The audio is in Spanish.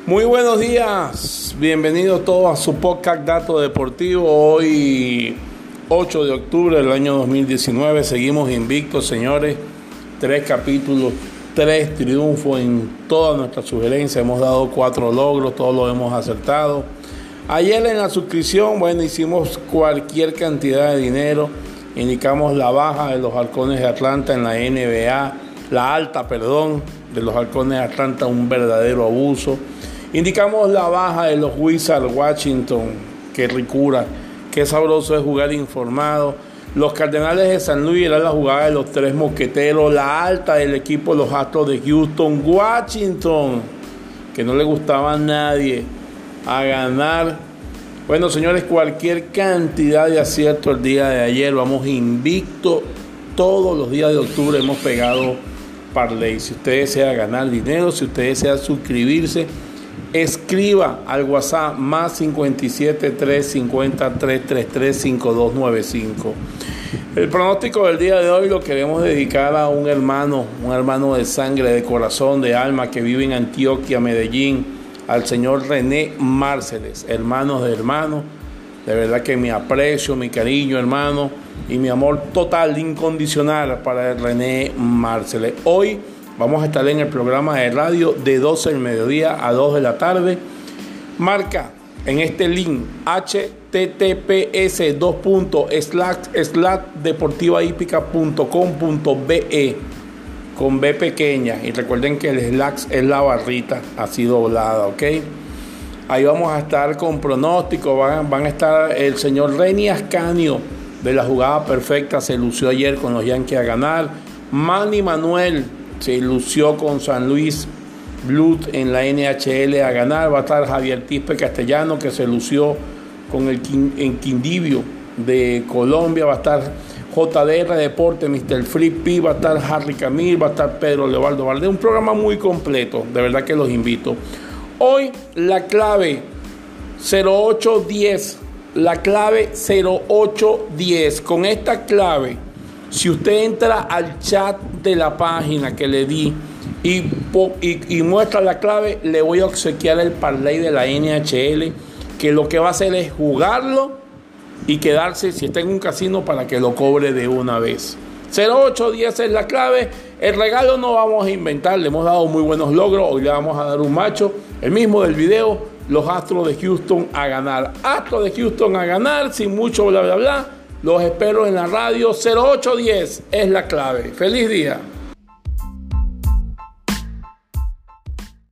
Muy buenos días, bienvenidos todos a su podcast Dato Deportivo. Hoy 8 de octubre del año 2019, seguimos invictos, señores. 3 capítulos, 3 triunfos en todas nuestras sugerencias. Hemos dado 4 logros, todos los hemos acertado. Ayer en la suscripción, hicimos cualquier cantidad de dinero. Indicamos la baja de los Halcones de Atlanta en la NBA, la alta, de los Halcones de Atlanta, un verdadero abuso. Indicamos la baja de los Wizards Washington, qué ricura, qué sabroso es jugar informado. Los Cardenales de San Luis, era la jugada de los 3 mosqueteros, la alta del equipo de los Astros de Houston, Washington, que no le gustaba a nadie, a ganar. Bueno, señores, cualquier cantidad de acierto el día de ayer, vamos invicto. Todos los días de octubre hemos pegado parlay. Si usted desea ganar dinero, si usted desea suscribirse, escriba al WhatsApp más 57 350 333 5295. El pronóstico del día de hoy lo queremos dedicar a un hermano de sangre, de corazón, de alma, que vive en Antioquia, Medellín, al señor René Márceles. Hermanos de hermanos, de verdad que mi aprecio, mi cariño, hermano, y mi amor total, incondicional para el René Márceles. Hoy vamos a estar en el programa de radio de 12 del mediodía a 2 de la tarde. Marca en este link https://deportivahípica.com.be con B pequeña, y recuerden que el slash es la barrita así doblada, ¿ok? Ahí vamos a estar con pronósticos. Van a estar el señor Reni Ascanio de la jugada perfecta, se lució ayer con los Yankees a ganar. Manny Manuel se lució con San Luis Blues en la NHL a ganar. Va a estar Javier Tispe Castellano, que se lució con el Quindío de Colombia. Va a estar JDR Deporte, Mr. Free P, va a estar Harry Camil, va a estar Pedro Leobaldo Valdés. Un programa muy completo, de verdad que los invito. Hoy la clave 0810, la clave 0810. Con esta clave, si usted entra al chat de la página que le di y muestra la clave, le voy a obsequiar el parlay de la NHL, que lo que va a hacer es jugarlo y quedarse, si está en un casino, para que lo cobre de una vez. 0810 es la clave. El regalo no vamos a inventar, le hemos dado muy buenos logros. Hoy le vamos a dar un macho, el mismo del video, los Astros de Houston a ganar. Astros de Houston a ganar, sin mucho bla bla bla. Los espero en la radio. 0810 es la clave. Feliz día.